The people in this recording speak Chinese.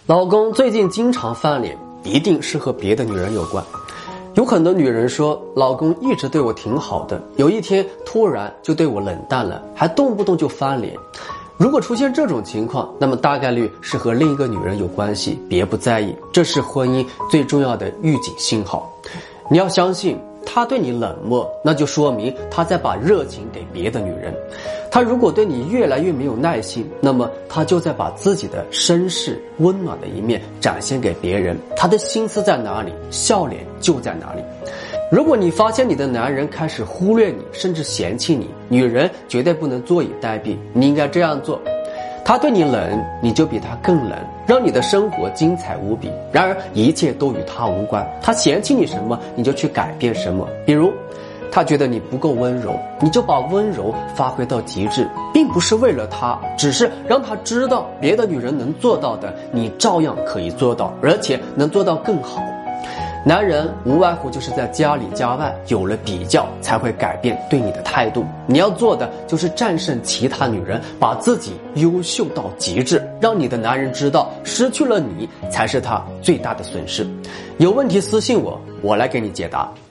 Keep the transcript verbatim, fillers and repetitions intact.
老公最近经常翻脸，一定是和别的女人有关。有很多女人说，老公一直对我挺好的，有一天突然就对我冷淡了，还动不动就翻脸。如果出现这种情况，那么大概率是和另一个女人有关系，别不在意，这是婚姻最重要的预警信号。你要相信，他对你冷漠，那就说明他在把热情给别的女人。他如果对你越来越没有耐心，那么他就在把自己的绅士温暖的一面展现给别人。他的心思在哪里，笑脸就在哪里。如果你发现你的男人开始忽略你，甚至嫌弃你，女人绝对不能坐以待毙，你应该这样做。他对你冷，你就比他更冷，让你的生活精彩无比。然而一切都与他无关，他嫌弃你什么，你就去改变什么。比如他觉得你不够温柔，你就把温柔发挥到极致，并不是为了他，只是让他知道别的女人能做到的，你照样可以做到，而且能做到更好。男人无外乎就是在家里家外有了比较，才会改变对你的态度。你要做的就是战胜其他女人，把自己优秀到极致，让你的男人知道，失去了你才是他最大的损失。有问题私信我，我来给你解答。